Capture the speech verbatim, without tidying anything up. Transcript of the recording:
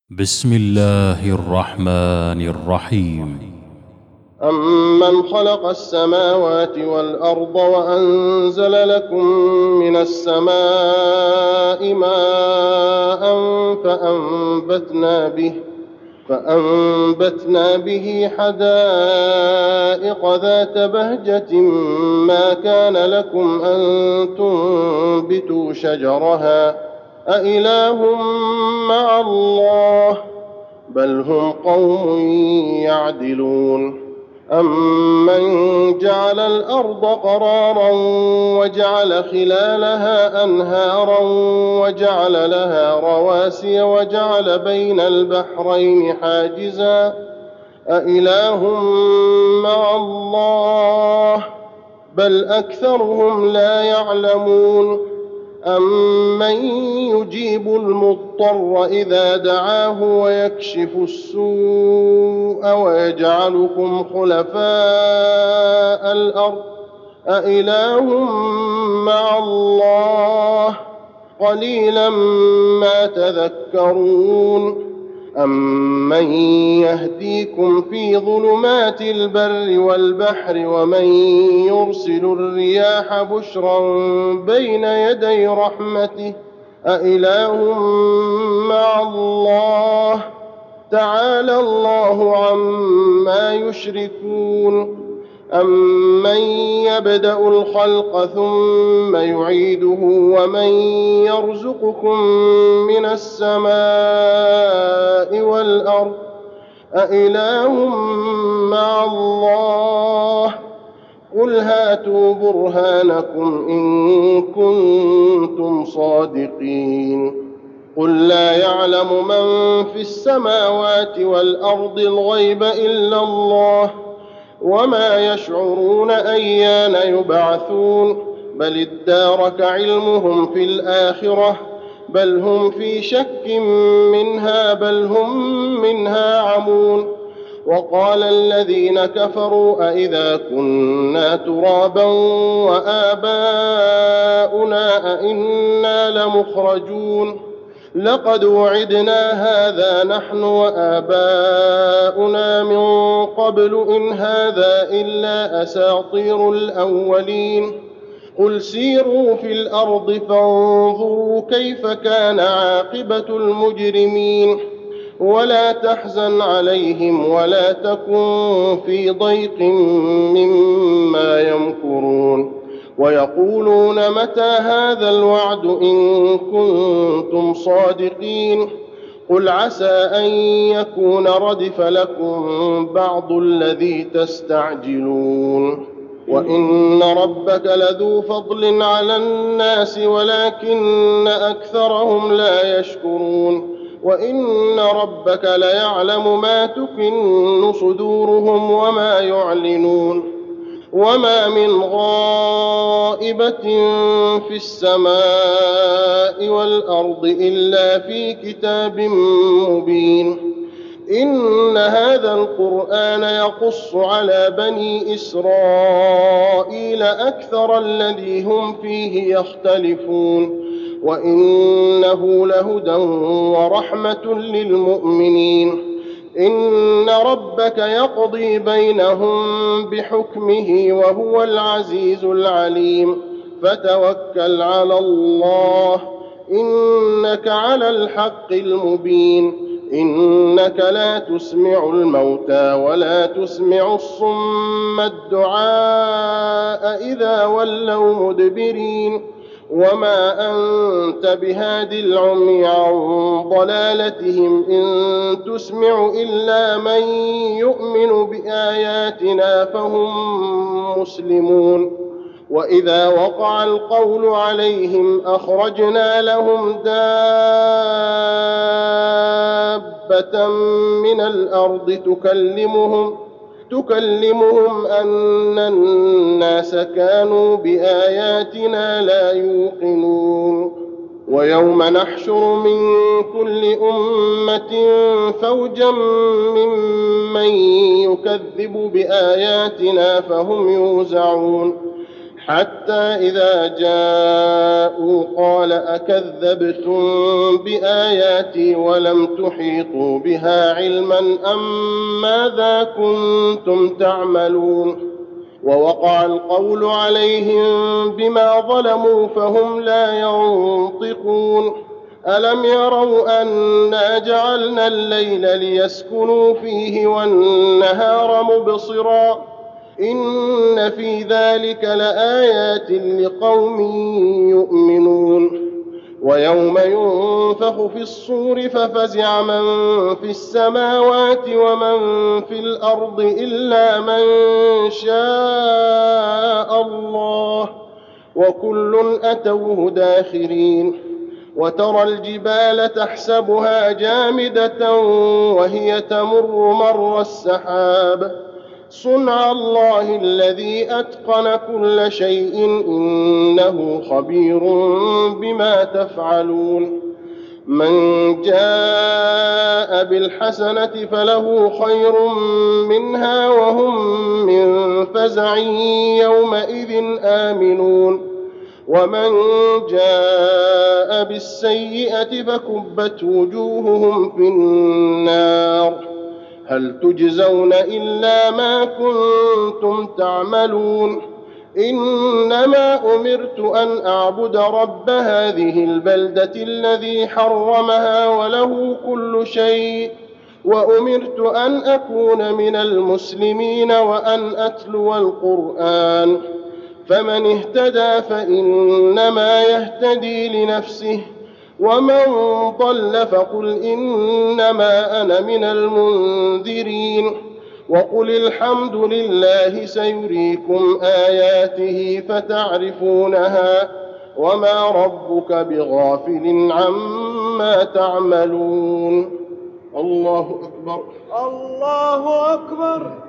بسم الله الرحمن الرحيم. أَمَّنْ خَلَقَ السَّمَاوَاتِ وَالْأَرْضَ وَأَنزَلَ لَكُم مِّنَ السَّمَاءِ مَاءً فَأَنبَتْنَا بِهِ فَأَنبَتْنَا بِهِ حَدَائِقَ ذَاتَ بَهْجَةٍ مَّا كَانَ لَكُمْ أَن تُنبِتُوا شَجَرَهَا أَإِلَٰهٌ مَّعَ اللَّهِ ۚ بَلْ هُمْ قَوْمٌ يَعْدِلُونَ أَمَّن جَعَلَ الْأَرْضَ قَرَارًا وَجَعَلَ خِلَالَهَا أَنْهَارًا وَجَعَلَ لَهَا رَوَاسِيَ وَجَعَلَ بَيْنَ الْبَحْرَيْنِ حَاجِزًا أَإِلَٰهٌ مَّعَ اللَّهِ ۚ بَلْ أَكْثَرُهُمْ لَا يَعْلَمُونَ أَمَّن يُجِيبُ الْمُضْطَرَّ إِذَا دَعَاهُ وَيَكْشِفُ السُّوءَ وَيَجْعَلُكُمْ خُلَفَاءَ الْأَرْضِ أَإِلَٰهٌ مَّعَ اللَّهِ ۚ قَلِيلًا مَّا تَذَكَّرُونَ أَمَّن يَهْدِيكُمْ فِي ظُلُمَاتِ الْبَرِّ وَالْبَحْرِ وَمَن يُرْسِلُ الرِّيَاحَ بُشْرًا بَيْنَ يَدَيْ رَحْمَتِهِ أَإِلَٰهٌ مَّعَ اللَّهِ ۚ تَعَالَى اللَّهُ عَمَّا يُشْرِكُونَ أَمَّن يَبْدَأُ الْخَلْقَ ثُمَّ يُعِيدُهُ وَمَن يَرْزُقُكُم مِّنَ السَّمَاءِ وَالْأَرْضِ أَإِلَٰهٌ مَّعَ اللَّهِ ۚ قُلْ هَاتُوا بُرْهَانَكُمْ إِن كُنتُمْ صَادِقِينَ قُل لَّا يَعْلَمُ مَن فِي السَّمَاوَاتِ وَالْأَرْضِ الْغَيْبَ إِلَّا اللَّهُ وَمَا يَشْعُرُونَ أَيَّانَ يُبْعَثُونَ بَلِ ادَّارَكَ عِلْمُهُمْ فِي الْآخِرَةِ بَلْ هُمْ فِي شَكٍّ مِّنْهَا بَلْ هُم مِّنْهَا عَمُونَ وَقَالَ الَّذِينَ كَفَرُوا أَإِذَا كُنَّا تُرَابًا وَآبَاؤُنَا أَإِنَّا لَمُخْرَجُونَ لَقَدْ وُعِدْنَا هَٰذَا نَحْنُ وَآبَاؤُنَا مِن قَبْلُ إِنْ هَٰذَا إِلَّا أَسَاطِيرُ الْأَوَّلِينَ قُلْ سِيرُوا فِي الْأَرْضِ فَانظُرُوا كَيْفَ كَانَ عَاقِبَةُ الْمُجْرِمِينَ وَلَا تَحْزَنْ عَلَيْهِمْ وَلَا تَكُن فِي ضَيْقٍ مِّمَّا يَمْكُرُونَ وَيَقُولُونَ مَتَىٰ هَٰذَا الْوَعْدُ إِن كُنتُمْ صَادِقِينَ قُلْ عَسَىٰ أَن يَكُونَ رَدِفَ لَكُم بَعْضُ الَّذِي تَسْتَعْجِلُونَ وَإِنَّ رَبَّكَ لَذُو فَضْلٍ عَلَى النَّاسِ وَلَٰكِنَّ أَكْثَرَهُمْ لَا يَشْكُرُونَ وَإِنَّ رَبَّكَ لَيَعْلَمُ مَا تُكِنُّ صُدُورُهُمْ وَمَا يُعْلِنُونَ وَمَا مِنْ غَائِبَةٍ فِي السَّمَاءِ وَالْأَرْضِ إِلَّا فِي كِتَابٍ مُّبِينٍ إِنَّ هَٰذَا الْقُرْآنَ يَقُصُّ عَلَىٰ بَنِي إِسْرَائِيلَ أَكْثَرَ الَّذِي هُمْ فِيهِ يَخْتَلِفُونَ وَإِنَّهُ لَهُدًى وَرَحْمَةٌ لِّلْمُؤْمِنِينَ إِنَّ رَبَّكَ يَقْضِي بَيْنَهُم بِحُكْمِهِ وَهُوَ الْعَزِيزُ الْعَلِيمُ فَتَوَكَّلْ عَلَى اللَّهِ إِنَّكَ عَلَى الْحَقِّ الْمُبِينِ إِنَّكَ لَا تُسْمِعُ الْمَوْتَىٰ وَلَا تُسْمِعُ الصُّمَّ الدُّعَاءَ إِذَا وَلَّوْا مُدْبِرِينَ وَمَا أَنتَ بِهَادِ الْعُمْيِ عَن ضَلَالَتِهِمْ إِن تُسْمِعُ إِلَّا مَن يُؤْمِنُ بِآيَاتِنَا فَهُم مُّسْلِمُونَ وَإِذَا وَقَعَ الْقَوْلُ عَلَيْهِمْ أَخْرَجْنَا لَهُمْ دَابَّةً مِّنَ الْأَرْضِ تُكَلِّمُهُمْ تُكَلِّمُهُمْ أَنَّ النَّاسَ كَانُوا بِآيَاتِنَا لَا يُوقِنُونَ وَيَوْمَ نَحْشُرُ مِن كُلِّ أُمَّةٍ فَوْجًا مِّمَّن يُكَذِّبُ بِآيَاتِنَا فَهُمْ يُوزَعُونَ حتى إذا جاءوا قال أكذبتم بآياتي ولم تحيطوا بها علما أم ماذا كنتم تعملون ووقع القول عليهم بما ظلموا فهم لا ينطقون ألم يروا أنا جعلنا الليل ليسكنوا فيه والنهار مبصرا إن في ذلك لآيات لقوم يؤمنون ويوم ينفخ في الصور ففزع من في السماوات ومن في الأرض إلا من شاء الله وكل أتوه داخرين وترى الجبال تحسبها جامدة وهي تمر مر السحاب صنع الله الذي أتقن كل شيء إنه خبير بما تفعلون من جاء بالحسنة فله خير منها وهم من فزع يومئذ آمنون ومن جاء بالسيئة فكبت وجوههم في النار هل تجزون إلا ما كنتم تعملون إنما أمرت أن أعبد رب هذه البلدة الذي حرمها وله كل شيء وأمرت أن أكون من المسلمين وأن أتلو القرآن فمن اهتدى فإنما يهتدي لنفسه ومن ضل فقل إنما أنا من المنذرين وقل الحمد لله سيريكم آياته فتعرفونها وما ربك بغافل عما تعملون الله أكبر الله أكبر.